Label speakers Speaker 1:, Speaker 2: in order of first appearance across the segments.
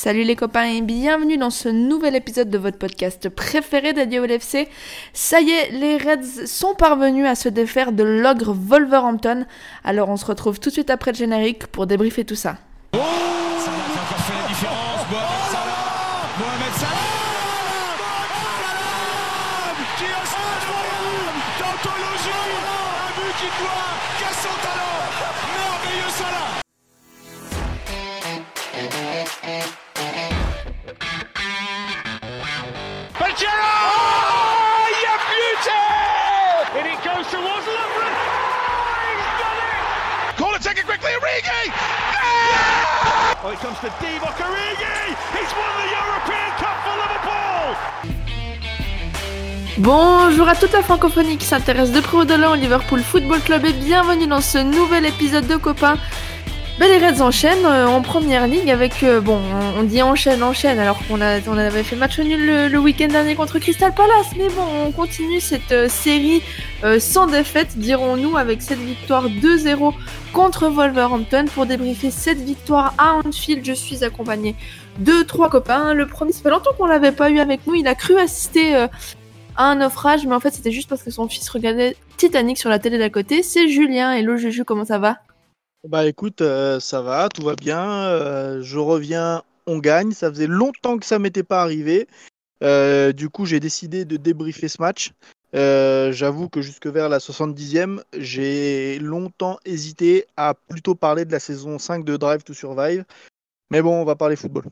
Speaker 1: Salut les copains et bienvenue dans ce nouvel épisode de votre podcast préféré dédié au LFC. Ça y est, les Reds sont parvenus à se défaire de l'ogre Wolverhampton. Alors on se retrouve tout de suite après le générique pour débriefer tout ça.
Speaker 2: Oh, ça a encore fait la différence. Mohamed Salah, qui a son d'anthologie, un but qui doit casser son talent. Merveilleux Salah. Pajero! Oh, you beauty! And it goes towards Lovren. Oh, he's done it! Call it, take it quickly, Origi! Oh, it comes to Divock Origi! He's won the European Cup for Liverpool!
Speaker 1: Bonjour à toute la francophonie qui s'intéresse de près ou de loin au Liverpool Football Club et bienvenue dans ce nouvel épisode de Copains. Les Reds enchaînent en première ligue avec, on dit enchaîne alors qu'on avait fait match nul le week-end dernier contre Crystal Palace, mais bon, on continue cette série sans défaite, dirons-nous, avec cette victoire 2-0 contre Wolverhampton. Pour débriefer cette victoire à Anfield, je suis accompagné de 3 copains. Le premier, ça fait longtemps qu'on l'avait pas eu avec nous, il a cru assister à un naufrage, mais en fait c'était juste parce que son fils regardait Titanic sur la télé d'à côté. C'est Julien. Hello Juju, comment ça va ?
Speaker 3: Bah écoute, ça va, tout va bien, je reviens, on gagne, ça faisait longtemps que ça m'était pas arrivé, du coup j'ai décidé de débriefer ce match. J'avoue que jusque vers la 70e, j'ai longtemps hésité à plutôt parler de la saison 5 de Drive to Survive, mais bon, on va parler football.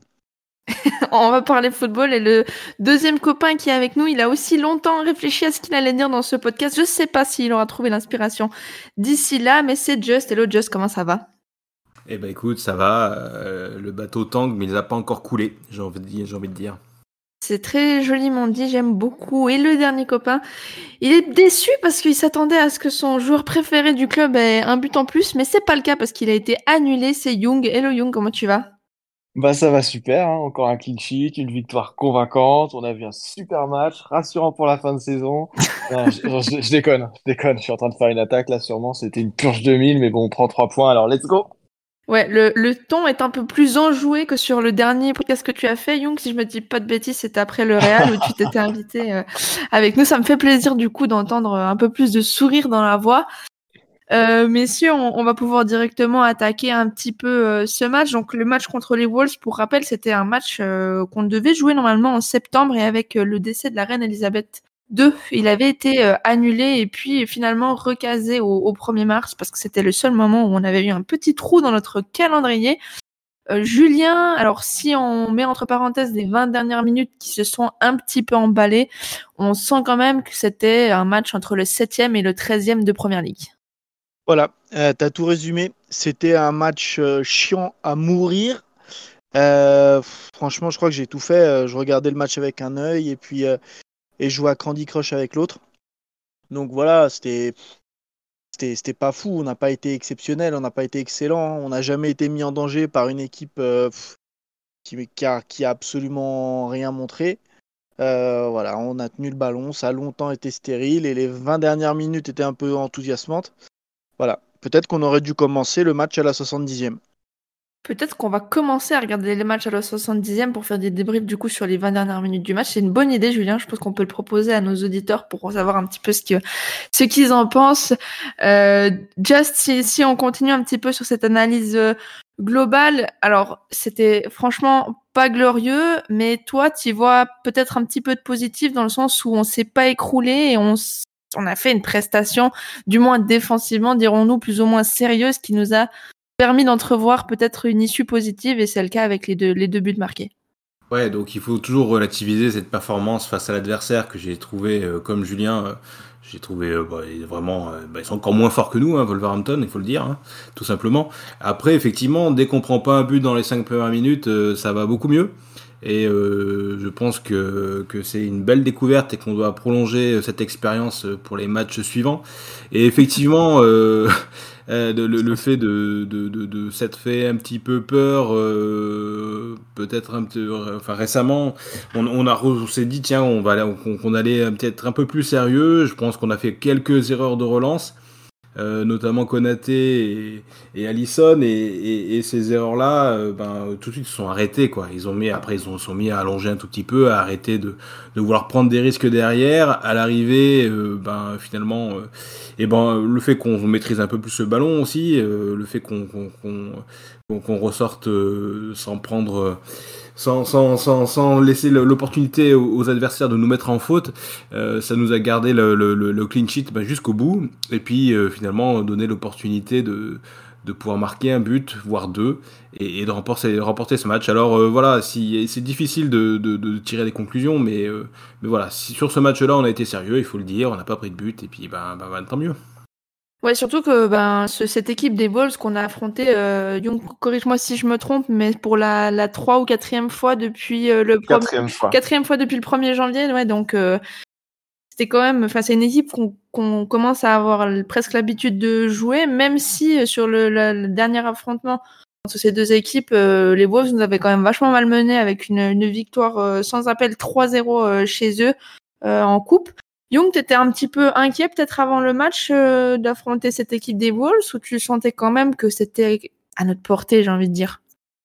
Speaker 1: On va parler football et le deuxième copain qui est avec nous, il a aussi longtemps réfléchi à ce qu'il allait dire dans ce podcast. Je sais pas s'il aura trouvé l'inspiration d'ici là, mais c'est Just. Hello Just, comment ça va ?
Speaker 4: Eh ben écoute, ça va. Le bateau tangue, mais il n'a pas encore coulé, j'ai envie de dire.
Speaker 1: C'est très joliment dit, j'aime beaucoup. Et le dernier copain, il est déçu parce qu'il s'attendait à ce que son joueur préféré du club ait un but en plus, mais c'est pas le cas parce qu'il a été annulé. C'est Young. Hello Young, comment tu vas ?
Speaker 5: Bah ça va super, hein. Encore un clean sheet, une victoire convaincante, on a vu un super match, rassurant pour la fin de saison. Non, je déconne, je suis en train de faire une attaque là sûrement, c'était une purge 2000, mais bon on prend 3 points, alors let's go.
Speaker 1: Ouais, le ton est un peu plus enjoué que sur le dernier podcast que tu as fait, Young. Si je me dis pas de bêtises, c'était après le Real où tu t'étais invité avec nous. Ça me fait plaisir du coup d'entendre un peu plus de sourire dans la voix. Messieurs, on va pouvoir directement attaquer un petit peu ce match. Donc le match contre les Wolves, pour rappel, c'était un match qu'on devait jouer normalement en septembre et avec le décès de la reine Elisabeth II, il avait été annulé et puis finalement recasé au 1er mars parce que c'était le seul moment où on avait eu un petit trou dans notre calendrier. Julien, alors si on met entre parenthèses les 20 dernières minutes qui se sont un petit peu emballées, on sent quand même que c'était un match entre le 7e et le 13e de Première Ligue.
Speaker 3: Voilà, t'as tout résumé, c'était un match chiant à mourir. Franchement, je crois que j'ai tout fait, je regardais le match avec un œil et je jouais à Candy Crush avec l'autre. Donc voilà, c'était pas fou, on n'a pas été exceptionnel, on n'a pas été excellent, on n'a jamais été mis en danger par une équipe qui a absolument rien montré. Voilà, on a tenu le ballon, ça a longtemps été stérile et les 20 dernières minutes étaient un peu enthousiasmantes. Voilà, peut-être qu'on aurait dû commencer le match à la 70e.
Speaker 1: Peut-être qu'on va commencer à regarder les matchs à la 70e pour faire des débriefs du coup sur les 20 dernières minutes du match. C'est une bonne idée, Julien. Je pense qu'on peut le proposer à nos auditeurs pour savoir un petit peu ce qu'ils en pensent. Just, si on continue un petit peu sur cette analyse globale, alors c'était franchement pas glorieux, mais toi, tu vois peut-être un petit peu de positif dans le sens où on s'est pas écroulé et on a fait une prestation, du moins défensivement, dirons-nous, plus ou moins sérieuse qui nous a permis d'entrevoir peut-être une issue positive et c'est le cas avec les deux buts marqués.
Speaker 4: Ouais, donc il faut toujours relativiser cette performance face à l'adversaire que j'ai trouvé, comme Julien, j'ai trouvé vraiment, ils sont encore moins forts que nous, hein, Wolverhampton, il faut le dire, hein, tout simplement. Après, effectivement, dès qu'on prend pas un but dans les 5 premières minutes, ça va beaucoup mieux. Et je pense que c'est une belle découverte et qu'on doit prolonger cette expérience pour les matchs suivants. Et effectivement, le fait de s'être fait un petit peu peur, peut-être récemment, on s'est dit tiens, qu'on allait peut-être un peu plus sérieux. Je pense qu'on a fait quelques erreurs de relance. notamment Konaté et Alisson, et ces erreurs-là, tout de suite, ils se sont arrêtés, quoi. Ils sont mis à allonger un tout petit peu, à arrêter de vouloir prendre des risques derrière. À l'arrivée, finalement, le fait qu'on maîtrise un peu plus le ballon aussi, le fait qu'on ressorte sans prendre sans laisser l'opportunité aux adversaires de nous mettre en faute, ça nous a gardé le clean sheet jusqu'au bout, et puis finalement donner l'opportunité de pouvoir marquer un but, voire deux, et de remporter ce match. Alors voilà, si c'est difficile de tirer des conclusions, mais voilà, si sur ce match-là on a été sérieux, il faut le dire, on n'a pas pris de but, et puis tant mieux.
Speaker 1: Ouais, surtout que cette équipe des Wolves qu'on a affrontée, Young, corrige-moi si je me trompe, mais pour la 3 ou 4e fois depuis quatrième fois depuis le 1er janvier, ouais, donc c'était quand même, enfin c'est une équipe qu'on commence à avoir presque l'habitude de jouer, même si sur le dernier affrontement entre ces deux équipes, les Wolves nous avaient quand même vachement malmenés avec une victoire sans appel 3-0 chez eux en coupe. Young, t'étais un petit peu inquiet peut-être avant le match d'affronter cette équipe des Wolves, ou tu sentais quand même que c'était à notre portée, j'ai envie de dire?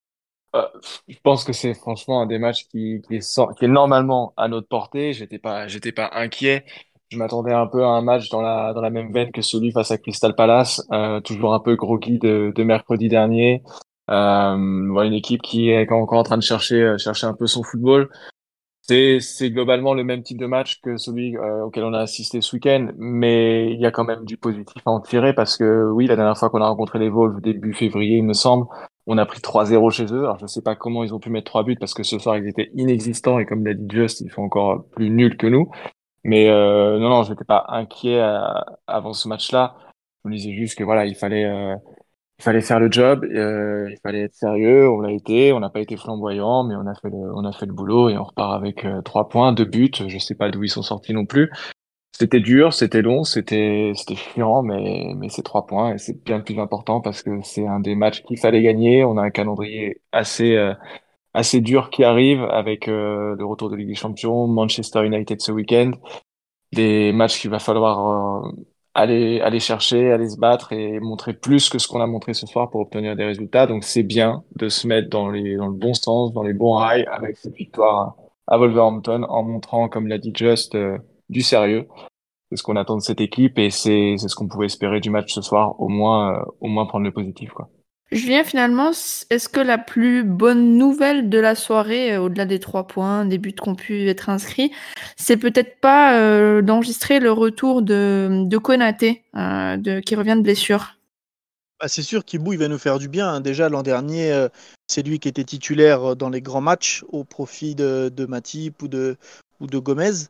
Speaker 5: Je pense que c'est franchement un des matchs qui est normalement à notre portée. J'étais pas inquiet. Je m'attendais un peu à un match dans la même veine que celui face à Crystal Palace, toujours un peu groggy de mercredi dernier. Voilà, une équipe qui est encore en train de chercher un peu son football. C'est globalement le même type de match que celui auquel on a assisté ce week-end, mais il y a quand même du positif à en tirer parce que oui, la dernière fois qu'on a rencontré les Wolves, début février, il me semble, on a pris 3-0 chez eux. Alors je sais pas comment ils ont pu mettre 3 buts parce que ce soir ils étaient inexistants et comme l'a dit Just, ils sont encore plus nuls que nous. Mais non, je n'étais pas inquiet avant ce match-là. Je me disais juste que voilà, il fallait faire le job, il fallait être sérieux, on l'a été, on n'a pas été flamboyant, mais on a fait le boulot et on repart avec 3 points, 2 buts. Je sais pas d'où ils sont sortis non plus. C'était dur, c'était long, c'était chiant, mais c'est 3 points et c'est bien le plus important parce que c'est un des matchs qu'il fallait gagner. On a un calendrier assez dur qui arrive avec le retour de Ligue des Champions, Manchester United ce week-end, des matchs qu'il va falloir aller chercher, aller se battre et montrer plus que ce qu'on a montré ce soir pour obtenir des résultats. Donc c'est bien de se mettre dans le bon sens, dans les bons rails avec cette victoire à Wolverhampton en montrant, comme l'a dit Just, du sérieux. C'est ce qu'on attend de cette équipe et c'est ce qu'on pouvait espérer du match ce soir, au moins prendre le positif, quoi.
Speaker 1: Julien, finalement, est-ce que la plus bonne nouvelle de la soirée, au-delà des 3 points, des buts qui ont pu être inscrits, c'est peut-être pas d'enregistrer le retour de Konaté, qui revient de blessure?
Speaker 3: C'est sûr qu'Ibou, il va nous faire du bien, hein. Déjà, l'an dernier, c'est lui qui était titulaire dans les grands matchs au profit de Matip ou de Gomez.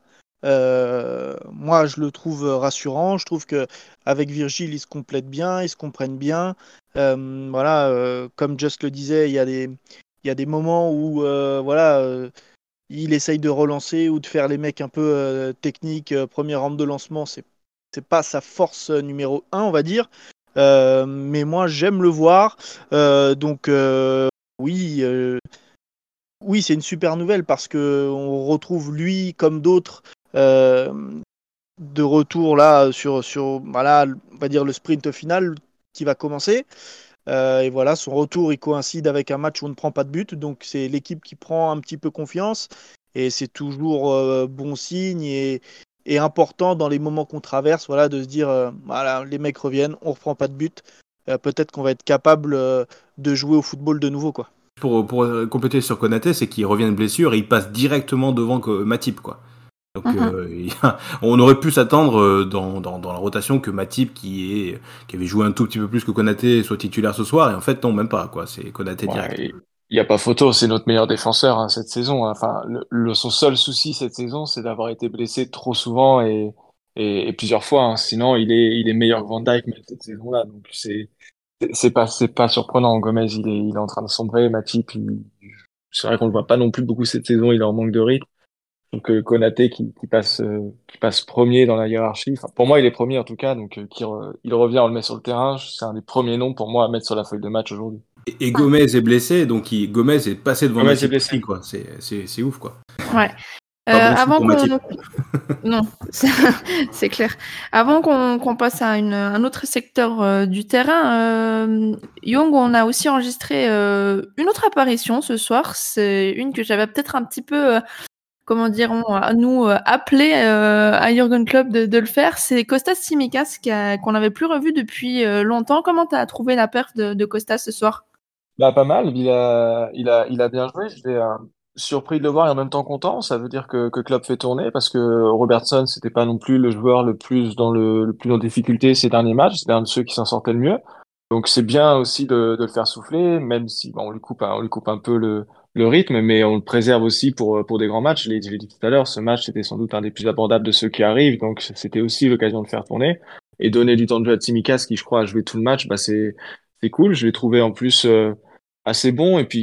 Speaker 3: Moi, je le trouve rassurant. Je trouve que avec Virgile, ils se complètent bien, ils se comprennent bien. Voilà, comme Just le disait, il y a des moments où il essaye de relancer ou de faire les mecs un peu techniques, première rampe de lancement. C'est pas sa force numéro un, on va dire. Mais moi, j'aime le voir. Donc, oui, oui, c'est une super nouvelle parce que on retrouve lui, comme d'autres, euh, de retour là sur voilà, on va dire le sprint final qui va commencer. Et voilà, son retour, il coïncide avec un match où on ne prend pas de but. Donc, c'est l'équipe qui prend un petit peu confiance. Et c'est toujours bon signe et important dans les moments qu'on traverse, voilà, de se dire, voilà, les mecs reviennent, on reprend pas de but. Peut-être qu'on va être capable de jouer au football de nouveau, quoi.
Speaker 4: Pour compléter sur Konaté, c'est qu'il revient de blessure et il passe directement devant Matip, quoi. Donc on aurait pu s'attendre dans la rotation que Matip qui avait joué un tout petit peu plus que Konaté soit titulaire ce soir, et en fait non, même pas, quoi. C'est Konaté direct.
Speaker 5: Ouais, il y a pas photo, c'est notre meilleur défenseur hein, cette saison. Enfin, son seul souci cette saison, c'est d'avoir été blessé trop souvent et plusieurs fois. Hein. Sinon, il est meilleur que Van Dijk même cette saison-là. Donc c'est pas surprenant. Gomez, il est en train de sombrer. Matip, c'est vrai qu'on le voit pas non plus beaucoup cette saison. Il est en manque de rythme. Donc Konaté qui passe premier dans la hiérarchie. Enfin, pour moi, il est premier en tout cas. Donc il revient, on le met sur le terrain. C'est un des premiers noms pour moi à mettre sur la feuille de match aujourd'hui.
Speaker 4: Et Gomez est blessé, donc Gomez est passé devant
Speaker 5: Gomez est
Speaker 4: Matip
Speaker 5: blessé.
Speaker 4: aussi, quoi. C'est ouf, quoi.
Speaker 1: Ouais.
Speaker 4: Pas bon signe
Speaker 1: Avant
Speaker 4: pour Mathieu.
Speaker 1: Non, c'est clair. Avant qu'on passe à un autre secteur du terrain, Young, on a aussi enregistré une autre apparition ce soir. C'est une que j'avais peut-être un petit peu, comment dirons, à nous appelé à Jürgen Klopp de le faire. C'est Kostas Tsimikas qu'on n'avait plus revu depuis longtemps. Comment t'as trouvé la perf de Kostas ce soir?
Speaker 5: Bah, pas mal, il a bien joué. J'étais surpris de le voir et en même temps content. Ça veut dire que Klopp fait tourner parce que Robertson, c'était pas non plus le joueur le plus en difficulté ces derniers matchs. C'était un de ceux qui s'en sortait le mieux. Donc c'est bien aussi de le faire souffler, même si bon, on lui coupe un peu le rythme, mais on le préserve aussi pour des grands matchs. Je l'ai dit tout à l'heure, ce match c'était sans doute un des plus abordables de ceux qui arrivent, donc c'était aussi l'occasion de faire tourner et donner du temps de jeu à Tsimikas qui je crois a joué tout le match. Bah c'est cool. Je l'ai trouvé en plus assez bon et puis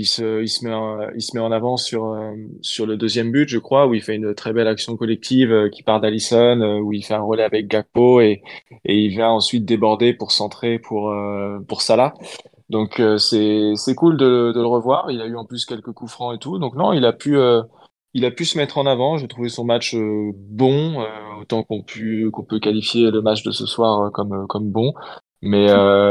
Speaker 5: il se met en avant sur le deuxième but, je crois, où il fait une très belle action collective qui part d'Alisson, où il fait un relais avec Gakpo et il vient ensuite déborder pour centrer pour Salah. Donc c'est cool de le revoir. Il a eu en plus quelques coups francs et tout. Donc non, il a pu se mettre en avant. J'ai trouvé son match bon, autant qu'on peut qualifier le match de ce soir comme bon. Mais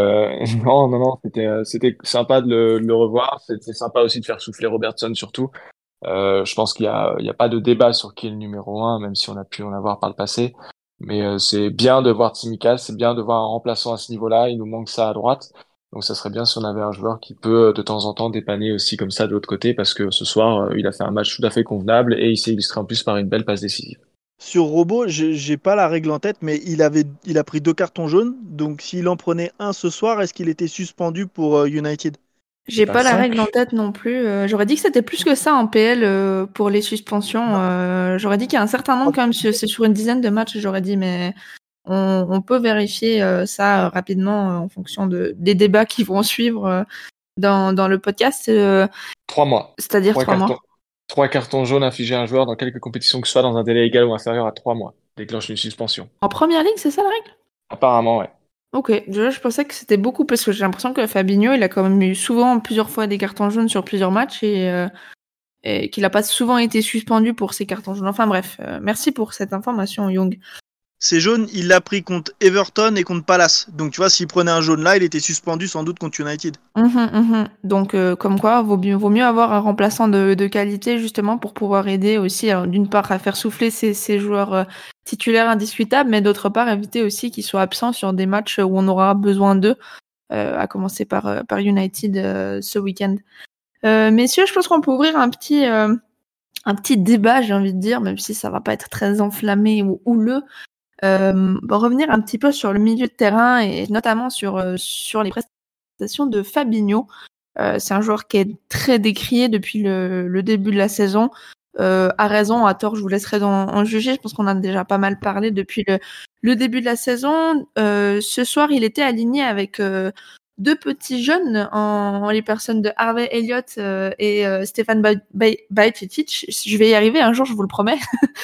Speaker 5: non, c'était sympa de le revoir. C'était sympa aussi de faire souffler Robertson surtout. Je pense il y a pas de débat sur qui est le numéro un, même si on a pu en avoir par le passé. Mais c'est bien de voir Tsimikas, c'est bien de voir un remplaçant à ce niveau-là. Il nous manque ça à droite. Donc ça serait bien si on avait un joueur qui peut de temps en temps dépanner aussi comme ça de l'autre côté, parce que ce soir, il a fait un match tout à fait convenable et il s'est illustré en plus par une belle passe décisive.
Speaker 3: Sur Robbo, j'ai pas la règle en tête, mais il a pris 2 cartons jaunes. Donc s'il en prenait un ce soir, est-ce qu'il était suspendu pour United?
Speaker 1: J'ai
Speaker 5: Pas
Speaker 1: pas la
Speaker 5: 5.
Speaker 1: règle en tête non plus. J'aurais dit que c'était plus que ça en PL pour les suspensions. J'aurais dit qu'il y a un certain nombre quand même. C'est sur une dizaine de matchs, j'aurais dit, mais on peut vérifier ça rapidement en fonction des débats qui vont suivre dans le podcast.
Speaker 5: 3 mois.
Speaker 1: C'est-à-dire 3 mois.
Speaker 5: 3 cartons jaunes infligés à un joueur dans quelque compétition que ce soit dans un délai égal ou inférieur à 3 mois. Déclenche une suspension.
Speaker 1: En première ligue, c'est ça la règle?
Speaker 5: Apparemment, ouais.
Speaker 1: Ok, je pensais que c'était beaucoup parce que j'ai l'impression que Fabinho, il a quand même eu souvent plusieurs fois des cartons jaunes sur plusieurs matchs et qu'il n'a pas souvent été suspendu pour ces cartons jaunes. Enfin bref, merci pour cette information, Young.
Speaker 3: Ces jaunes, il l'a pris contre Everton et contre Palace. Donc tu vois, s'il prenait un jaune là, il était suspendu sans doute contre United.
Speaker 1: Donc comme quoi, vaut mieux avoir un remplaçant de qualité justement pour pouvoir aider aussi, alors, d'une part à faire souffler ces joueurs titulaires indiscutables, mais d'autre part éviter aussi qu'ils soient absents sur des matchs où on aura besoin d'eux, à commencer par United ce week-end. Messieurs, je pense qu'on peut ouvrir un petit débat, j'ai envie de dire, même si ça va pas être très enflammé ou houleux. Revenir un petit peu sur le milieu de terrain et notamment sur les prestations de Fabinho. C'est un joueur qui est très décrié depuis le début de la saison. À raison, à tort, je vous laisserai en juger. Je pense qu'on en a déjà pas mal parlé depuis le début de la saison. Ce soir, il était aligné avec deux petits jeunes en les personnes de Harvey Elliott et Stefan Bajcetic. Je vais y arriver un jour, je vous le promets.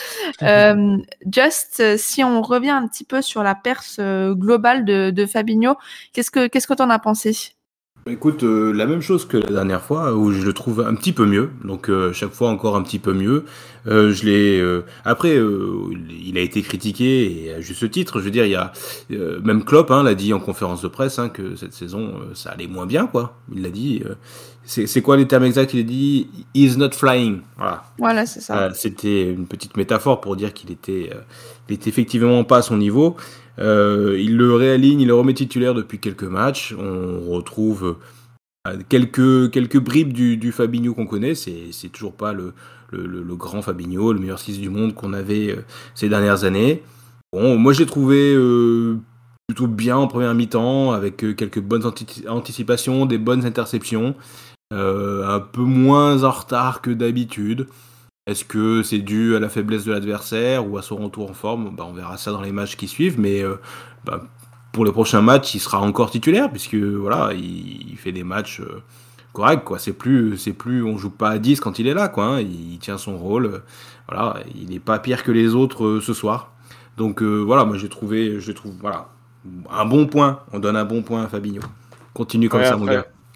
Speaker 1: Si on revient un petit peu sur la perce globale de Fabinho, qu'est-ce que t'en as pensé?
Speaker 4: Écoute, la même chose que la dernière fois, où je le trouve un petit peu mieux. Donc chaque fois encore un petit peu mieux. Après, il a été critiqué et à juste titre. Je veux dire, il y a même Klopp l'a dit en conférence de presse que cette saison ça allait moins bien, quoi. Il l'a dit. C'est quoi les termes exacts? Il a dit "He's not flying".
Speaker 1: Voilà, c'est ça.
Speaker 4: C'était une petite métaphore pour dire qu'il était effectivement pas à son niveau. Il le réaligne, il le remet titulaire depuis quelques matchs. On retrouve quelques bribes du Fabinho qu'on connaît. C'est toujours pas le grand Fabinho, le meilleur 6 du monde qu'on avait ces dernières années. Bon, moi je l'ai trouvé plutôt bien en première mi-temps, avec quelques bonnes anticipations, des bonnes interceptions, un peu moins en retard que d'habitude. Est-ce que c'est dû à la faiblesse de l'adversaire ou à son retour en forme? On verra ça dans les matchs qui suivent, mais pour les prochains matchs, il sera encore titulaire, puisque voilà, il fait des matchs corrects, quoi. C'est plus, on joue pas à 10 quand il est là, quoi. Il tient son rôle, voilà, il n'est pas pire que les autres ce soir. Donc voilà, moi je trouve voilà, un bon point. On donne un bon point à Fabinho. Continue comme ça,
Speaker 5: Après,
Speaker 4: mon gars.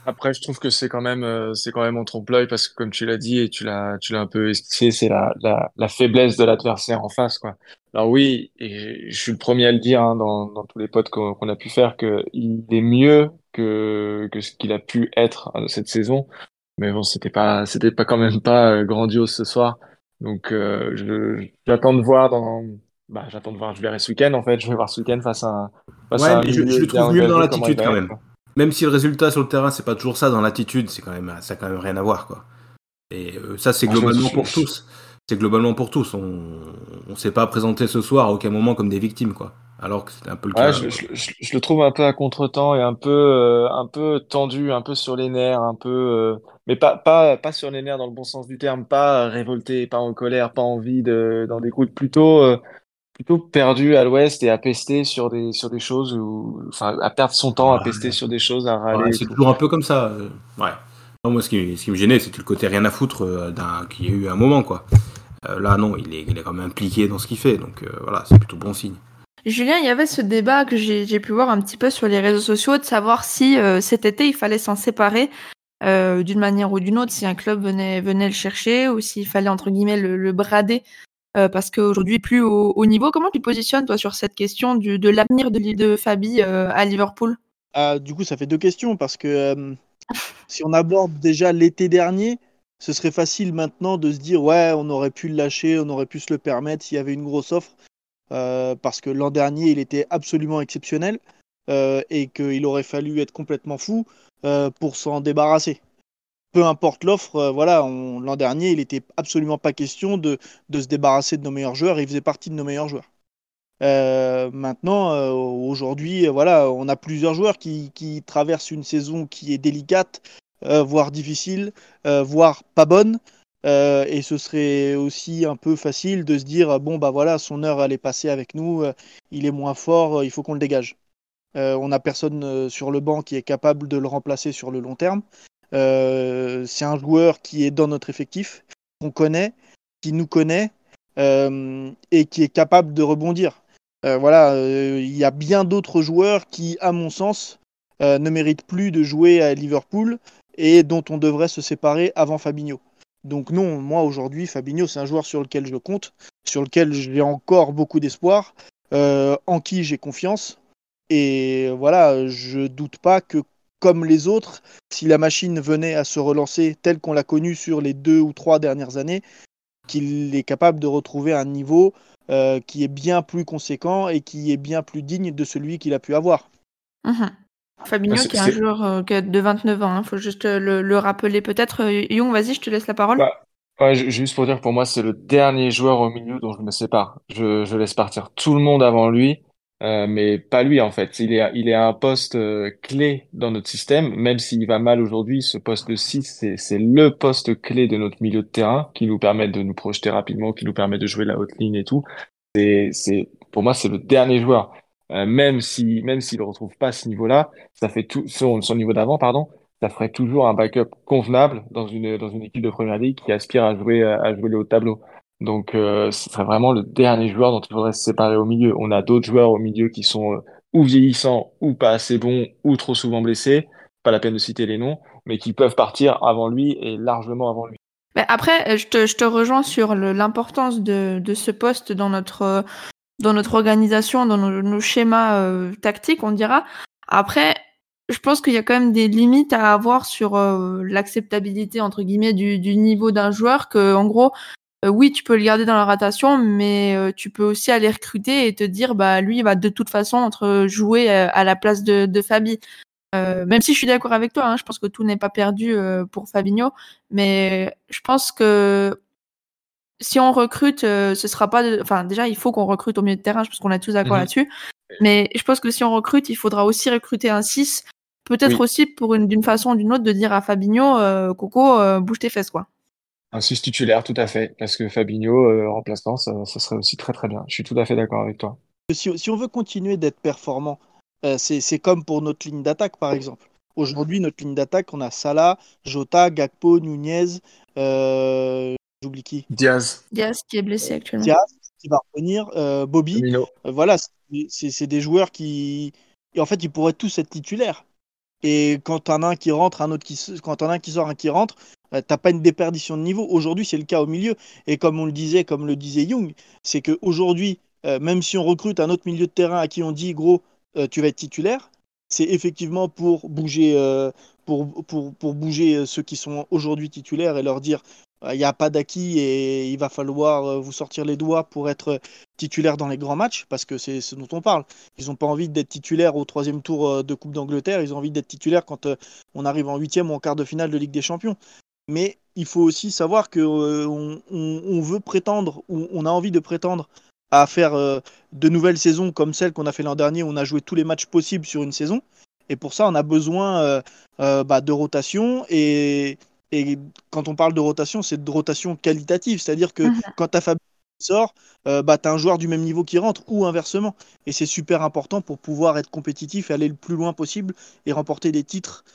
Speaker 5: Après, je trouve que c'est quand même en trompe-l'œil parce que comme tu l'as dit et tu l'as un peu esquissé, c'est la faiblesse de l'adversaire en face, quoi. Alors oui, et je suis le premier à le dire hein, dans tous les pods qu'on a pu faire que il est mieux que ce qu'il a pu être cette saison. Mais bon, c'était pas quand même pas grandiose ce soir. Donc j'attends de voir j'attends de voir. Je verrai ce week-end en fait. Je vais voir ce week-end face
Speaker 4: Ouais,
Speaker 5: à un
Speaker 4: mais je
Speaker 5: milieu
Speaker 4: le
Speaker 5: bien
Speaker 4: trouve mieux dans
Speaker 5: engagé comment il
Speaker 4: l'attitude
Speaker 5: va
Speaker 4: quand
Speaker 5: être,
Speaker 4: même.
Speaker 5: quoi.
Speaker 4: Même si le résultat sur le terrain, c'est pas toujours ça, dans l'attitude, ça a quand même rien à voir, quoi. Et ça, c'est
Speaker 5: Ah, je,
Speaker 4: globalement pour
Speaker 5: je-
Speaker 4: tous. C'est globalement pour tous. On s'est pas présenté ce soir à aucun moment comme des victimes, quoi. Alors que c'était un peu le
Speaker 5: Ouais,
Speaker 4: cas.
Speaker 5: je le trouve un peu à contretemps et un peu tendu, un peu sur les nerfs, mais pas sur les nerfs dans le bon sens du terme, pas révolté, pas en colère, pas envie d'en découdre, plutôt perdu à l'ouest et à pester sur des choses enfin, à perdre son temps, à pester
Speaker 4: Ouais,
Speaker 5: sur des choses, à
Speaker 4: ouais,
Speaker 5: râler et
Speaker 4: c'est
Speaker 5: tout.
Speaker 4: toujours un peu comme ça. Ouais. Non, moi, ce qui me gênait, c'était le côté rien à foutre qu'il y a eu un moment, quoi. Là, non, il est quand même impliqué dans ce qu'il fait, donc voilà, c'est plutôt bon signe.
Speaker 1: Julien, il y avait ce débat que j'ai pu voir un petit peu sur les réseaux sociaux de savoir si cet été il fallait s'en séparer d'une manière ou d'une autre, si un club venait le chercher ou s'il fallait entre guillemets le brader parce qu'aujourd'hui plus au niveau. Comment tu te positionnes toi sur cette question de l'avenir de Fabi à Liverpool?
Speaker 3: Ah, du coup, ça fait deux questions parce que si on aborde déjà l'été dernier, ce serait facile maintenant de se dire ouais, on aurait pu le lâcher, on aurait pu se le permettre s'il y avait une grosse offre. Parce que l'an dernier, il était absolument exceptionnel et qu'il aurait fallu être complètement fou pour s'en débarrasser. Peu importe l'offre, voilà, l'an dernier, il était absolument pas question de se débarrasser de nos meilleurs joueurs. Il faisait partie de nos meilleurs joueurs. Maintenant, aujourd'hui, voilà, on a plusieurs joueurs qui traversent une saison qui est délicate, voire difficile, voire pas bonne. Et ce serait aussi un peu facile de se dire, bon, bah voilà, son heure, elle est passée avec nous, il est moins fort, il faut qu'on le dégage. On n'a personne sur le banc qui est capable de le remplacer sur le long terme. C'est un joueur qui est dans notre effectif, qu'on connaît, qui nous connaît et qui est capable de rebondir. Voilà, il y a bien d'autres joueurs qui, à mon sens, ne méritent plus de jouer à Liverpool et dont on devrait se séparer avant Fabinho. Donc non, moi aujourd'hui, Fabinho, c'est un joueur sur lequel je compte, sur lequel j'ai encore beaucoup d'espoir, en qui j'ai confiance. Et voilà, je doute pas que, comme les autres, si la machine venait à se relancer telle qu'on l'a connue sur les 2 ou 3 dernières années, qu'il est capable de retrouver un niveau qui est bien plus conséquent et qui est bien plus digne de celui qu'il a pu avoir.
Speaker 1: Mhm.
Speaker 5: Ah,
Speaker 1: Fabinho qui est un joueur de 29 ans, faut juste le rappeler peut-être. Young, vas-y, je te laisse la parole.
Speaker 5: Bah, ouais, juste pour dire que pour moi, c'est le dernier joueur au milieu dont je me sépare. Je laisse partir tout le monde avant lui, mais pas lui en fait. Il est à un poste clé dans notre système, même s'il va mal aujourd'hui. Ce poste de 6, c'est le poste clé de notre milieu de terrain qui nous permet de nous projeter rapidement, qui nous permet de jouer la haute ligne et tout. Pour moi, c'est le dernier joueur. Même s'il ne retrouve pas ce niveau-là, ça fait tout, son niveau d'avant, pardon, ça ferait toujours un backup convenable dans une équipe de première ligue qui aspire à jouer le haut de tableau. Donc, ce serait vraiment le dernier joueur dont il faudrait se séparer au milieu. On a d'autres joueurs au milieu qui sont ou vieillissants, ou pas assez bons, ou trop souvent blessés. Pas la peine de citer les noms, mais qui peuvent partir avant lui et largement avant lui.
Speaker 1: Mais après, je te rejoins sur l'importance de ce poste dans notre organisation, dans nos schémas tactiques, on dira. Après, je pense qu'il y a quand même des limites à avoir sur l'acceptabilité entre guillemets du niveau d'un joueur. Que en gros, oui, tu peux le garder dans la rotation, mais tu peux aussi aller recruter et te dire, bah lui, il va de toute façon jouer à la place de Fabi. Même si je suis d'accord avec toi, hein, je pense que tout n'est pas perdu pour Fabinho, mais je pense que si on recrute, ce sera pas. Enfin, déjà, il faut qu'on recrute au milieu de terrain, je pense qu'on est tous d'accord
Speaker 5: Mhm.
Speaker 1: là-dessus. Mais je pense que si on recrute, il faudra aussi recruter un 6. Peut-être
Speaker 5: Oui,
Speaker 1: aussi d'une façon ou d'une autre de dire à Fabinho, Coco, bouge tes fesses, quoi.
Speaker 5: un 6 titulaire, tout à fait. Parce que Fabinho, remplaçant, ça serait aussi très très bien. Je suis tout à fait d'accord avec toi.
Speaker 3: Si on veut continuer d'être performant, c'est comme pour notre ligne d'attaque, par exemple. Aujourd'hui, notre ligne d'attaque, on a Salah, Jota, Gakpo, Nunez, j'oublie qui?
Speaker 5: Diaz,
Speaker 1: Diaz qui est blessé actuellement.
Speaker 3: Diaz, qui va revenir, Bobby.
Speaker 5: Mino.
Speaker 3: Voilà, c'est des joueurs qui, et en fait, ils pourraient tous être titulaires. Et quand t'en as un qui rentre, quand t'en as un qui sort, un qui rentre, t'as pas une déperdition de niveau. Aujourd'hui, c'est le cas au milieu. Et comme le disait Young, c'est qu'aujourd'hui, même si on recrute un autre milieu de terrain à qui on dit, gros, tu vas être titulaire, c'est effectivement pour bouger ceux qui sont aujourd'hui titulaires et leur dire, il n'y a pas d'acquis et il va falloir vous sortir les doigts pour être titulaire dans les grands matchs, parce que c'est ce dont on parle. Ils n'ont pas envie d'être titulaires au troisième tour de Coupe d'Angleterre, ils ont envie d'être titulaires quand on arrive en huitième ou en quart de finale de Ligue des Champions. Mais il faut aussi savoir que on veut prétendre, ou on a envie de prétendre à faire de nouvelles saisons comme celle qu'on a fait l'an dernier, où on a joué tous les matchs possibles sur une saison. Et pour ça, on a besoin de rotation. Et quand on parle de rotation, c'est de rotation qualitative. C'est-à-dire que quand tu as Fabien qui sort, tu as un joueur du même niveau qui rentre, ou inversement. Et c'est super important pour pouvoir être compétitif et aller le plus loin possible et remporter des titres.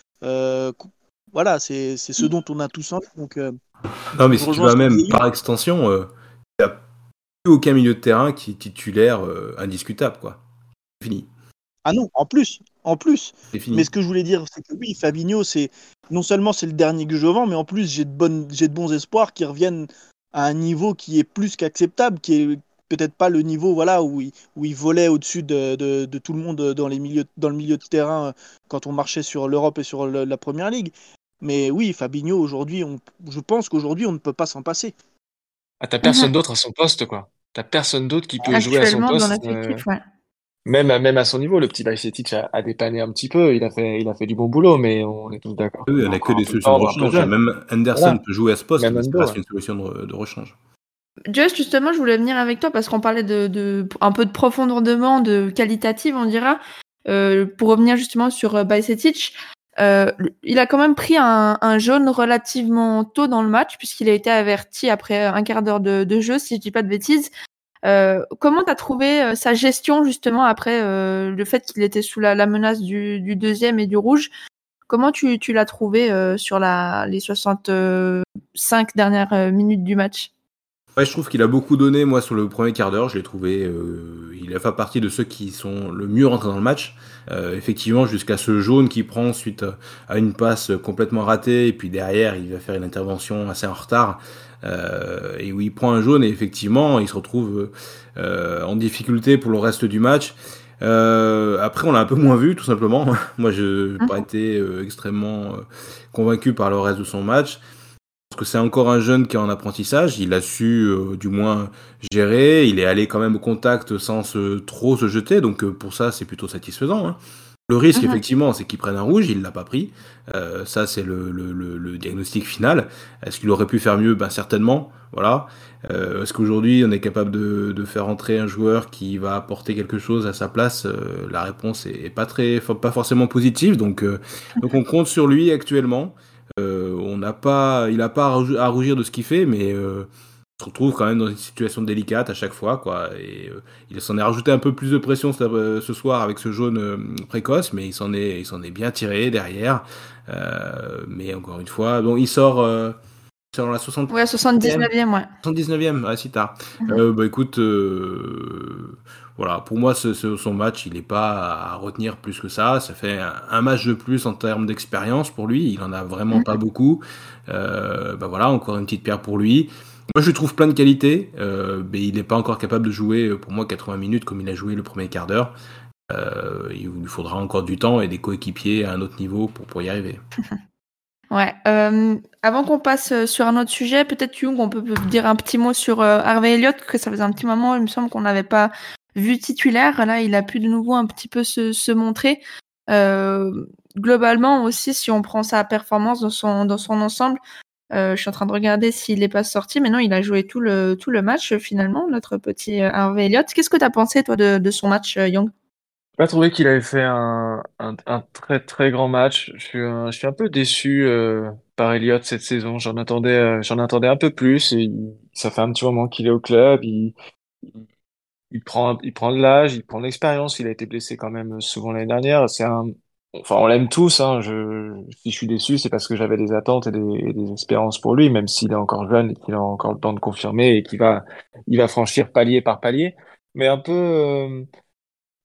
Speaker 3: Voilà, c'est ce dont on a tous envie. Donc,
Speaker 4: Non, mais
Speaker 3: je
Speaker 4: si tu
Speaker 3: rejoins
Speaker 4: vas
Speaker 3: ce que
Speaker 4: même
Speaker 3: disait
Speaker 4: par
Speaker 3: Young.
Speaker 4: extension, il n'y a plus aucun milieu de terrain qui est titulaire indiscutable, quoi. C'est fini.
Speaker 3: Ah non, en plus.
Speaker 4: C'est
Speaker 3: Mais
Speaker 4: fini.
Speaker 3: ce que je voulais dire, c'est que oui, Fabinho, c'est non seulement c'est le dernier que je vends, mais en plus j'ai de bons espoirs qui reviennent à un niveau qui est plus qu'acceptable, qui est peut-être pas le niveau voilà où il volait au-dessus de tout le monde dans le milieu de terrain quand on marchait sur l'Europe et sur la Première Ligue. Mais oui, Fabinho aujourd'hui, je pense qu'aujourd'hui on ne peut pas s'en passer.
Speaker 5: Ah, t'as personne d'autre à son poste, quoi. T'as personne d'autre qui peut jouer à son
Speaker 1: Actuellement, dans
Speaker 5: poste,
Speaker 1: l'effectif, ouais.
Speaker 5: même à son niveau. Le petit Bajcetic a dépanné un petit peu. Il a fait du bon boulot, mais on est tous d'accord
Speaker 4: Oui,
Speaker 5: qu'il
Speaker 4: on
Speaker 5: a
Speaker 4: n'a que
Speaker 5: encore un
Speaker 4: des
Speaker 5: peu de
Speaker 4: solutions de
Speaker 5: temps, un peu
Speaker 4: rechange, hein.
Speaker 5: jeune.
Speaker 4: Même Anderson
Speaker 5: Voilà.
Speaker 4: peut jouer à ce poste,
Speaker 5: Même
Speaker 4: mais ça
Speaker 5: Endo,
Speaker 4: reste
Speaker 5: ouais.
Speaker 4: une solution de rechange.
Speaker 1: Just, justement, je voulais venir avec toi parce qu'on parlait de un peu de profondeur, de qualitative, on dira. Pour revenir justement sur Bajcetic, il a quand même pris un jaune relativement tôt dans le match, puisqu'il a été averti après un quart d'heure de jeu, si je dis pas de bêtises. Comment t'as trouvé sa gestion justement après le fait qu'il était sous la menace du deuxième et du rouge? Comment tu l'as trouvé sur les 65 dernières minutes du match?
Speaker 4: Ouais, je trouve qu'il a beaucoup donné, moi, sur le premier quart d'heure. Je l'ai trouvé, il a fait partie de ceux qui sont le mieux rentrés dans le match. Effectivement, jusqu'à ce jaune qu'il prend suite à une passe complètement ratée, et puis derrière, il va faire une intervention assez en retard, et où il prend un jaune, et effectivement, il se retrouve en difficulté pour le reste du match. Après, on l'a un peu moins vu, tout simplement. Moi, je n'ai pas été extrêmement convaincu par le reste de son match. Parce que c'est encore un jeune qui est en apprentissage, il a su du moins gérer, il est allé quand même au contact sans trop se jeter, donc pour ça c'est plutôt satisfaisant, hein. Le risque effectivement c'est qu'il prenne un rouge, il l'a pas pris, ça c'est le diagnostic final. Est-ce qu'il aurait pu faire mieux? Ben certainement, voilà. Est-ce qu'aujourd'hui on est capable de faire entrer un joueur qui va apporter quelque chose à sa place? La réponse est pas forcément positive, donc on compte sur lui actuellement. Il n'a pas à rougir de ce qu'il fait, mais il se retrouve quand même dans une situation délicate à chaque fois, quoi. Et il s'en est rajouté un peu plus de pression ce soir avec ce jaune précoce, mais il s'en est bien tiré derrière. Mais encore une fois, donc il sort dans la 60e.
Speaker 1: Ouais, 79e, ouais.
Speaker 4: 79e, ah, si tard. Bah écoute, voilà, pour moi, son match, il n'est pas à retenir plus que ça. Ça fait un match de plus en termes d'expérience pour lui. Il en a vraiment pas beaucoup. Bah voilà, encore une petite pierre pour lui. Moi, je lui trouve plein de qualités, mais il n'est pas encore capable de jouer, pour moi, 80 minutes comme il a joué le premier quart d'heure. Il lui faudra encore du temps et des coéquipiers à un autre niveau pour y arriver.
Speaker 1: Ouais. Avant qu'on passe sur un autre sujet, peut-être Young, on peut dire un petit mot sur Harvey Elliott, que ça faisait un petit moment, il me semble qu'on n'avait pas vu titulaire. Là, il a pu de nouveau un petit peu se montrer. Globalement aussi, si on prend sa performance dans son ensemble, je suis en train de regarder s'il n'est pas sorti, mais non, il a joué tout le match finalement, notre petit Harvey Elliott. Qu'est-ce que tu as pensé toi de son match, Young?
Speaker 5: J'ai pas trouvé qu'il avait fait un très très grand match. Je suis un peu déçu par Elliott cette saison. J'en attendais un peu plus. Ça fait un petit moment qu'il est au club. Il prend de l'âge, il prend de l'expérience. Il a été blessé quand même souvent l'année dernière. Enfin, on l'aime tous, hein. Si je suis déçu, c'est parce que j'avais des attentes et des espérances pour lui, même s'il est encore jeune et qu'il a encore le temps de confirmer et il va franchir palier par palier. Mais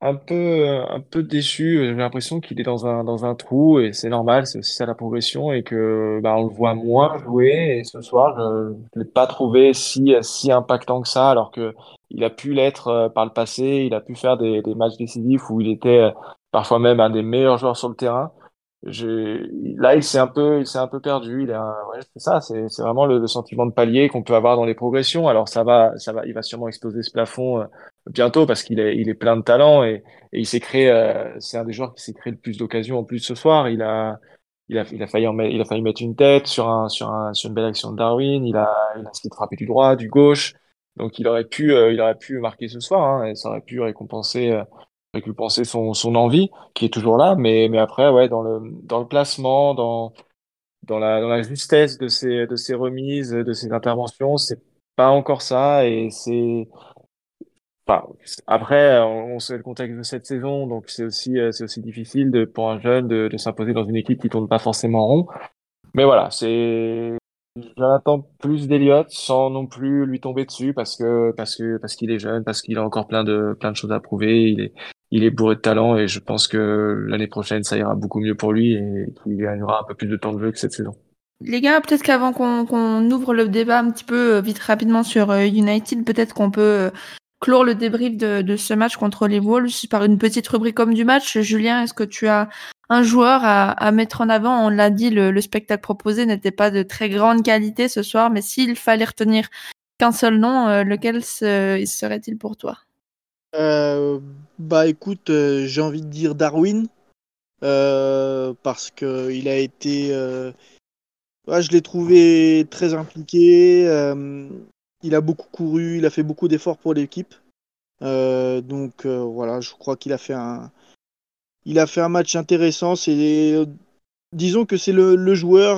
Speaker 5: un peu déçu. J'ai l'impression qu'il est dans un trou et c'est normal, c'est aussi ça la progression et que bah, on le voit moins jouer. Et ce soir, je l'ai pas trouvé si impactant que ça, alors que il a pu l'être par le passé. Il a pu faire des matchs décisifs où il était parfois même un des meilleurs joueurs sur le terrain. Là, il s'est un peu perdu. Ouais, c'est ça, c'est vraiment le sentiment de palier qu'on peut avoir dans les progressions. Alors il va sûrement exploser ce plafond bientôt parce il est plein de talent et il s'est créé, c'est un des joueurs qui s'est créé le plus d'occasions en plus ce soir. Il a failli mettre une tête sur une belle action de Darwin. Il a essayé de frapper du droit, du gauche. Donc il aurait pu marquer ce soir, hein, et ça aurait pu récompenser son envie qui est toujours là, mais après, ouais, dans le placement, dans la justesse de ses remises, de ses interventions, c'est pas encore ça, et enfin, après, on sait le contexte de cette saison, donc c'est aussi difficile pour un jeune de s'imposer dans une équipe qui tourne pas forcément rond. Mais voilà, j'attends plus d'Eliott sans non plus lui tomber dessus parce qu'il est jeune, parce qu'il a encore plein de choses à prouver. Il est bourré de talent et je pense que l'année prochaine, ça ira beaucoup mieux pour lui et qu'il gagnera un peu plus de temps de jeu que cette saison.
Speaker 1: Les gars, peut-être qu'avant qu'on ouvre le débat un petit peu vite rapidement sur United, peut-être qu'on peut clore le débrief de ce match contre les Wolves par une petite rubrique comme du match. Julien, est-ce que tu as un joueur à mettre en avant? On l'a dit, le spectacle proposé n'était pas de très grande qualité ce soir, mais s'il fallait retenir qu'un seul nom, lequel serait-il pour toi?
Speaker 3: Bah écoute, j'ai envie de dire Darwin, parce que il a été, ouais, je l'ai trouvé très impliqué. Il a beaucoup couru, il a fait beaucoup d'efforts pour l'équipe. Donc voilà, je crois il a fait un match intéressant. Disons que c'est le joueur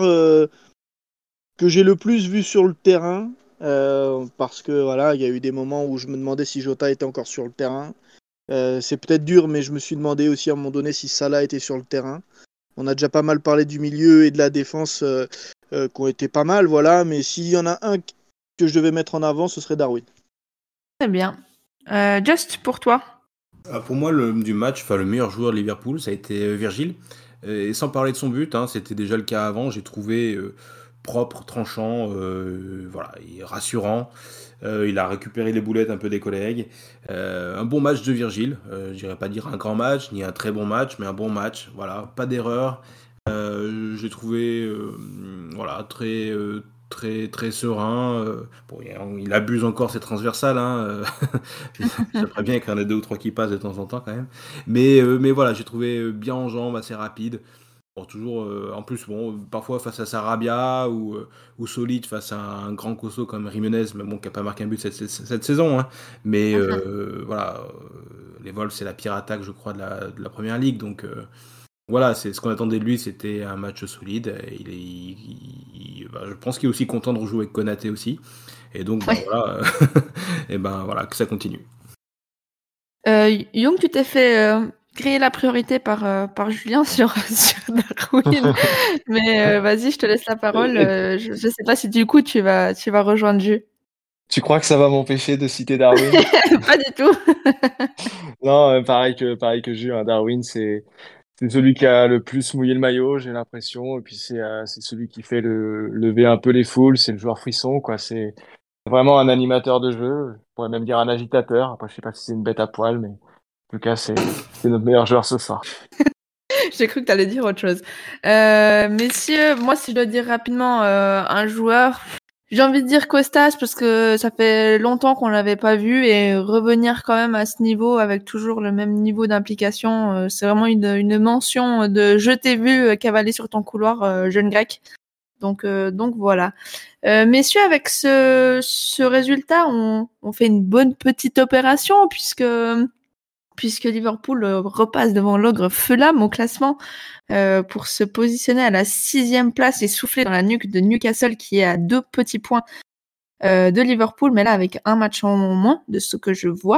Speaker 3: que j'ai le plus vu sur le terrain, parce que voilà, il y a eu des moments où je me demandais si Jota était encore sur le terrain. C'est peut-être dur, mais je me suis demandé aussi à un moment donné si Salah était sur le terrain. On a déjà pas mal parlé du milieu et de la défense, qui ont été pas mal, voilà. Mais s'il y en a un que je devais mettre en avant, ce serait Darwin.
Speaker 1: Très bien. Just pour toi.
Speaker 4: Pour moi, du match, enfin, le meilleur joueur de Liverpool, ça a été Virgil. Et sans parler de son but, hein, c'était déjà le cas avant, j'ai trouvé propre, tranchant, voilà, et rassurant. Il a récupéré les boulettes un peu des collègues. Un bon match de Virgil. Je dirais pas dire un grand match, ni un très bon match, mais un bon match. Voilà, pas d'erreur. J'ai trouvé voilà, très serein. Bon, il abuse encore ses transversales, hein. J'aimerais bien qu'il y en ait deux ou trois qui passent de temps en temps quand même. Mais voilà, j'ai trouvé bien en jambes, assez rapide. Bon, toujours, en plus, bon, parfois face à Sarabia ou solide face à un grand costaud comme Jiménez, mais bon, qui n'a pas marqué un but cette saison, hein. Mais voilà, les Wolves, c'est la pire attaque, je crois, de la première ligue. Donc voilà, c'est ce qu'on attendait de lui, c'était un match solide. Bah, je pense qu'il est aussi content de rejouer avec Konaté aussi. Et donc, bah,
Speaker 1: Ouais.
Speaker 4: voilà, et ben voilà, que ça continue.
Speaker 1: Young, tu t'es fait griller la priorité par Julien sur Darwin. Mais vas-y, je te laisse la parole. Je sais pas si du coup tu vas rejoindre Ju.
Speaker 5: Tu crois que ça va m'empêcher de citer Darwin?
Speaker 1: Pas du tout.
Speaker 5: Non, pareil que Jules, hein, Darwin, c'est celui qui a le plus mouillé le maillot, j'ai l'impression. Et puis c'est celui qui fait lever un peu les foules. C'est le joueur frisson, quoi. C'est vraiment un animateur de jeu. Je pourrais même dire un agitateur. Après, je sais pas si c'est une bête à poil, mais en tout cas, c'est notre meilleur joueur ce soir.
Speaker 1: J'ai cru que tu allais dire autre chose. Messieurs, moi, si je dois dire rapidement un joueur, j'ai envie de dire Costas parce que ça fait longtemps qu'on l'avait pas vu et revenir quand même à ce niveau avec toujours le même niveau d'implication, c'est vraiment une mention de je t'ai vu cavaler sur ton couloir, jeune grec. Donc voilà. Messieurs, avec ce résultat, on fait une bonne petite opération puisque Liverpool repasse devant l'ogre Fulham au classement pour se positionner à la 6e place et souffler dans la nuque de Newcastle qui est à 2 petits points de Liverpool, mais là avec un match en moins de ce que je vois.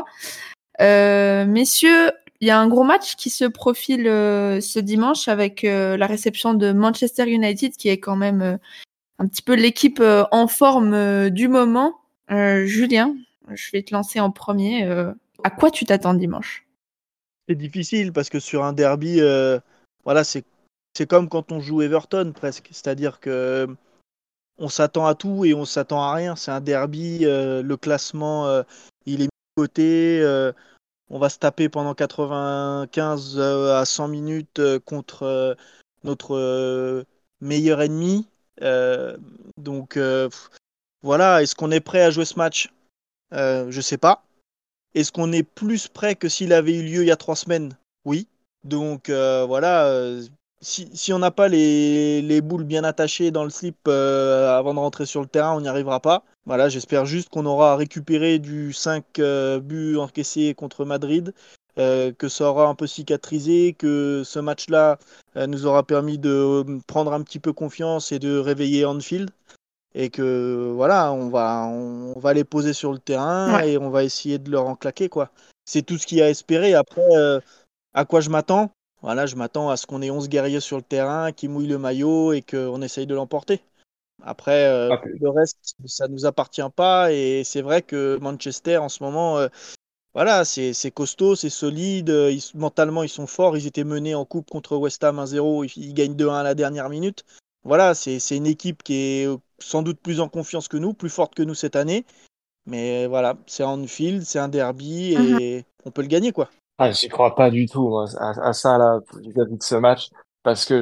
Speaker 1: Messieurs, il y a un gros match qui se profile ce dimanche avec la réception de Manchester United qui est quand même un petit peu l'équipe en forme du moment. Julien, je vais te lancer en premier. À quoi tu t'attends dimanche?
Speaker 3: C'est difficile parce que sur un derby, voilà, c'est comme quand on joue Everton presque. C'est-à-dire que on s'attend à tout et on s'attend à rien. C'est un derby, le classement, il est mis de côté. On va se taper pendant 95 à 100 minutes contre notre meilleur ennemi. Euh, donc voilà, est-ce qu'on est prêt à jouer ce match? Je sais pas. Est-ce qu'on est plus prêt que s'il avait eu lieu il y a 3 semaines? Oui. Donc voilà, si on n'a pas les boules bien attachées dans le slip avant de rentrer sur le terrain, on n'y arrivera pas. Voilà, j'espère juste qu'on aura récupéré du 5 buts encaissés contre Madrid, que ça aura un peu cicatrisé, que ce match-là nous aura permis de prendre un petit peu confiance et de réveiller Anfield. Et que voilà, on va les poser sur le terrain
Speaker 1: Ouais.
Speaker 3: et on va essayer de leur en claquer, quoi. C'est tout ce qu'il y a à espérer. Après, à quoi je m'attends? Voilà, je m'attends à ce qu'on ait 11 guerriers sur le terrain, qui mouillent le maillot et qu'on essaye de l'emporter. Après,
Speaker 5: Ah,
Speaker 3: le reste, ça nous appartient pas. Et c'est vrai que Manchester, en ce moment, voilà, c'est costaud, c'est solide. Mentalement, ils sont forts. Ils étaient menés en coupe contre West Ham 1-0. Ils gagnent 2-1 à la dernière minute. Voilà, c'est une équipe qui est sans doute plus en confiance que nous, plus forte que nous cette année. Mais voilà, c'est Anfield, c'est un derby
Speaker 1: Mhm.
Speaker 3: et on peut le gagner, quoi.
Speaker 5: Ah, j'y crois pas du tout, moi, à ça, là, vis-à-vis de ce match. Parce que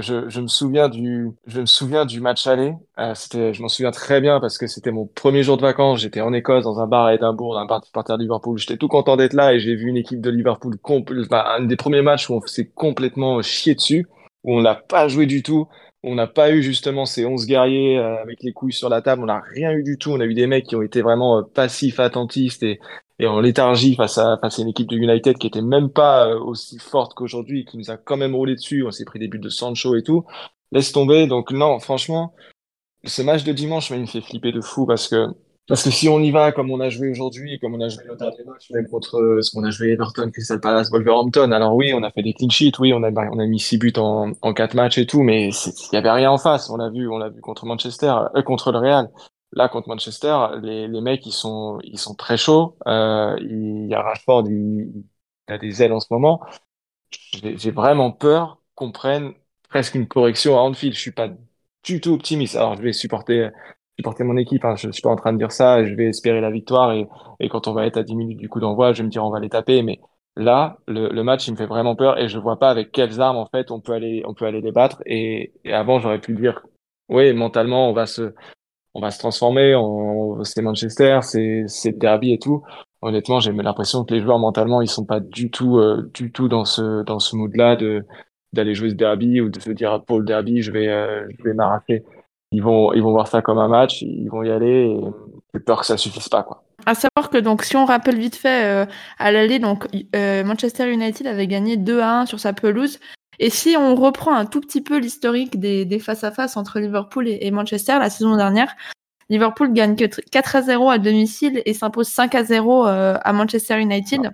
Speaker 5: je me souviens du match aller. Je m'en souviens très bien parce que c'était mon premier jour de vacances. J'étais en Écosse, dans un bar à Édimbourg, dans un bar supporter de Liverpool. J'étais tout content d'être là et j'ai vu une équipe de Liverpool, un des premiers matchs où on s'est complètement chié dessus, où on n'a pas joué du tout, où on n'a pas eu justement ces 11 guerriers, avec les couilles sur la table. On n'a rien eu du tout. On a eu des mecs qui ont été vraiment passifs, attentistes et en léthargie face à une équipe de United qui était même pas aussi forte qu'aujourd'hui, qui nous a quand même roulé dessus. On s'est pris des buts de Sancho et tout. Laisse tomber. Donc non, franchement, ce match de dimanche, il me fait flipper de fou parce que si on y va comme on a joué aujourd'hui, comme on a joué le dernier match, même contre ce qu'on a joué Everton, Crystal Palace, Wolverhampton. Alors oui, on a fait des clean sheets, oui, on a mis 6 buts en 4 matchs et tout, mais il y avait rien en face. On l'a vu contre Manchester, contre le Real. Là, contre Manchester, les mecs, ils sont très chauds. Il y a Rashford, il a des ailes en ce moment. J'ai vraiment peur qu'on prenne presque une correction à Anfield. Je suis pas du tout optimiste. Alors, je vais supporter mon équipe, hein. Je suis pas en train de dire ça. Je vais espérer la victoire et quand on va être à 10 minutes du coup d'envoi, je vais me dire on va les taper. Mais là, le match, il me fait vraiment peur et je vois pas avec quelles armes en fait on peut aller les battre. Et avant, j'aurais pu dire, oui, mentalement, on va se transformer. C'est Manchester, c'est le derby et tout. Honnêtement, j'ai l'impression que les joueurs mentalement, ils sont pas du tout dans ce mood-là d'aller jouer ce derby ou de se dire pour le derby, je vais m'arracher. Ils vont voir ça comme un match, ils vont y aller et j'ai peur que ça suffise pas, quoi.
Speaker 1: À savoir que donc si on rappelle vite fait à l'aller, donc Manchester United avait gagné 2-1 sur sa pelouse. Et si on reprend un tout petit peu l'historique des face-à-face entre Liverpool et Manchester la saison dernière, Liverpool gagne que 4-0 à domicile et s'impose 5-0 à Manchester United.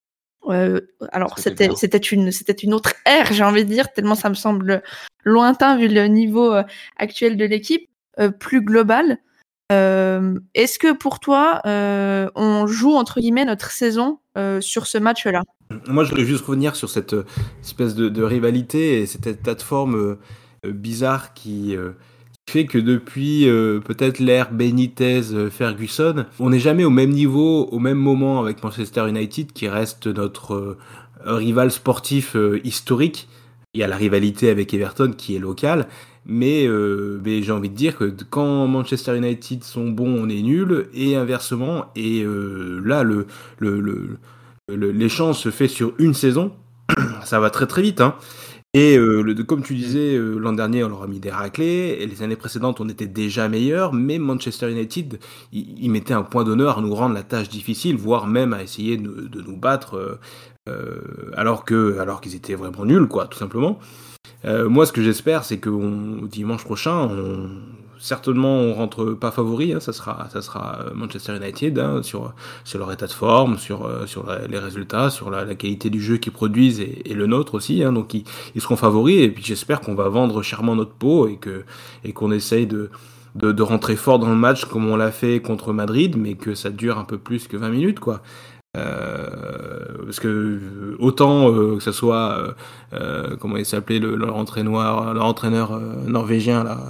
Speaker 1: Alors
Speaker 5: C'était bien.
Speaker 1: c'était une autre ère, j'ai envie de dire, tellement ça me semble lointain vu le niveau actuel de l'équipe, plus global. Est-ce que pour toi, on joue entre guillemets notre saison sur ce match-là?
Speaker 4: Moi, je voulais juste revenir sur cette espèce de rivalité et cette plateforme bizarre qui fait que depuis peut-être l'ère Benitez-Ferguson, on n'est jamais au même niveau, au même moment avec Manchester United, qui reste notre rival sportif historique. Il y a la rivalité avec Everton qui est locale, mais j'ai envie de dire que quand Manchester United sont bons, on est nul, et inversement. Et là, l'échange se fait sur une saison, ça va très très vite, hein. Et comme tu disais, l'an dernier, on leur a mis des raclés, et les années précédentes, on était déjà meilleurs, mais Manchester United, il mettait un point d'honneur à nous rendre la tâche difficile, voire même à essayer de nous battre, alors qu'ils étaient vraiment nuls, quoi, tout simplement. Moi, ce que j'espère, c'est que dimanche prochain, certainement, on rentre pas favori. Hein, ça sera Manchester United, hein, sur leur état de forme, sur les résultats, sur la qualité du jeu qu'ils produisent et le nôtre aussi. Hein, donc, ils seront favoris. Et puis, j'espère qu'on va vendre chèrement notre peau et qu'on essaye de rentrer fort dans le match comme on l'a fait contre Madrid, mais que ça dure un peu plus que 20 minutes, quoi. Parce que autant que ce soit comment il s'appelait leur entraîneur norvégien là,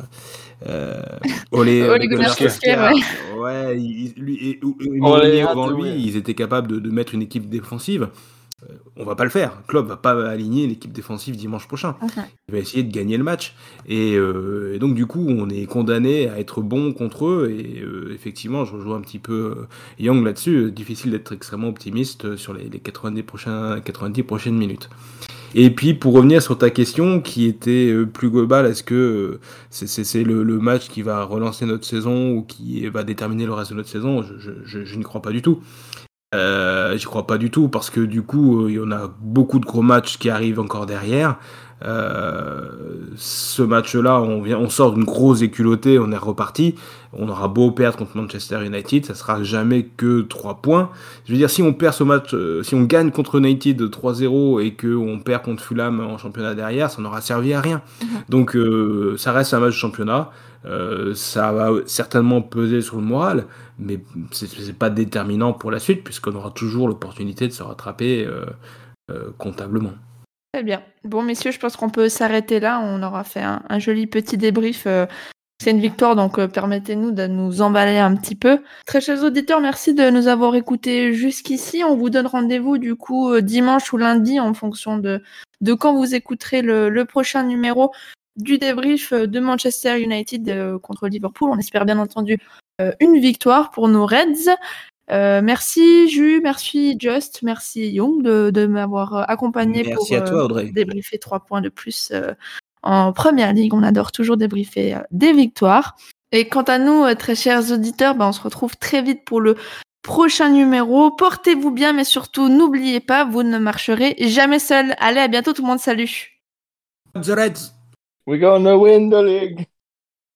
Speaker 1: Ole Gunnar Solskjaer,
Speaker 4: ouais, lui et
Speaker 5: Ole
Speaker 4: Mourinho avant lui,
Speaker 5: Hathaway.
Speaker 4: ils étaient capables de mettre une équipe défensive. On va pas le faire. Klopp va pas aligner l'équipe défensive dimanche prochain. Il va essayer de gagner le match. Et donc, du coup, on est condamné à être bon contre eux. Et effectivement, je rejoins un petit peu Young là-dessus. Difficile d'être extrêmement optimiste sur les 90 prochaines minutes. Et puis, pour revenir sur ta question qui était plus globale, est-ce que c'est le match qui va relancer notre saison ou qui va déterminer le reste de notre saison? Je n'y crois pas du tout. J'y crois pas du tout parce que du coup il y en a beaucoup de gros matchs qui arrivent encore derrière. Ce match-là, on sort d'une grosse éculottée, on est reparti. On aura beau perdre contre Manchester United, ça sera jamais que 3 points. Je veux dire, si on perd ce match, si on gagne contre United 3-0 et qu'on perd contre Fulham en championnat derrière, ça n'aura servi à rien. Donc ça reste un match de championnat. Ça va certainement peser sur le moral, mais c'est pas déterminant pour la suite puisqu'on aura toujours l'opportunité de se rattraper comptablement.
Speaker 1: Très bien. Bon, messieurs, je pense qu'on peut s'arrêter là. On aura fait un joli petit débrief. C'est une victoire, donc permettez-nous de nous emballer un petit peu. Très chers auditeurs, merci de nous avoir écoutés jusqu'ici. On vous donne rendez-vous du coup dimanche ou lundi en fonction de quand vous écouterez le prochain numéro du débrief de Manchester United contre Liverpool. On espère bien entendu une victoire pour nos Reds. Merci Jus, merci Just, merci Young de m'avoir accompagné
Speaker 4: Merci à toi, Audrey.
Speaker 1: débriefer 3 points de plus en première ligue. On adore toujours débriefer des victoires. Et quant à nous, très chers auditeurs, on se retrouve très vite pour le prochain numéro. Portez-vous bien, mais surtout, n'oubliez pas, vous ne marcherez jamais seul. Allez, à bientôt tout le monde, salut.
Speaker 4: The Reds.
Speaker 5: We're gonna win the league.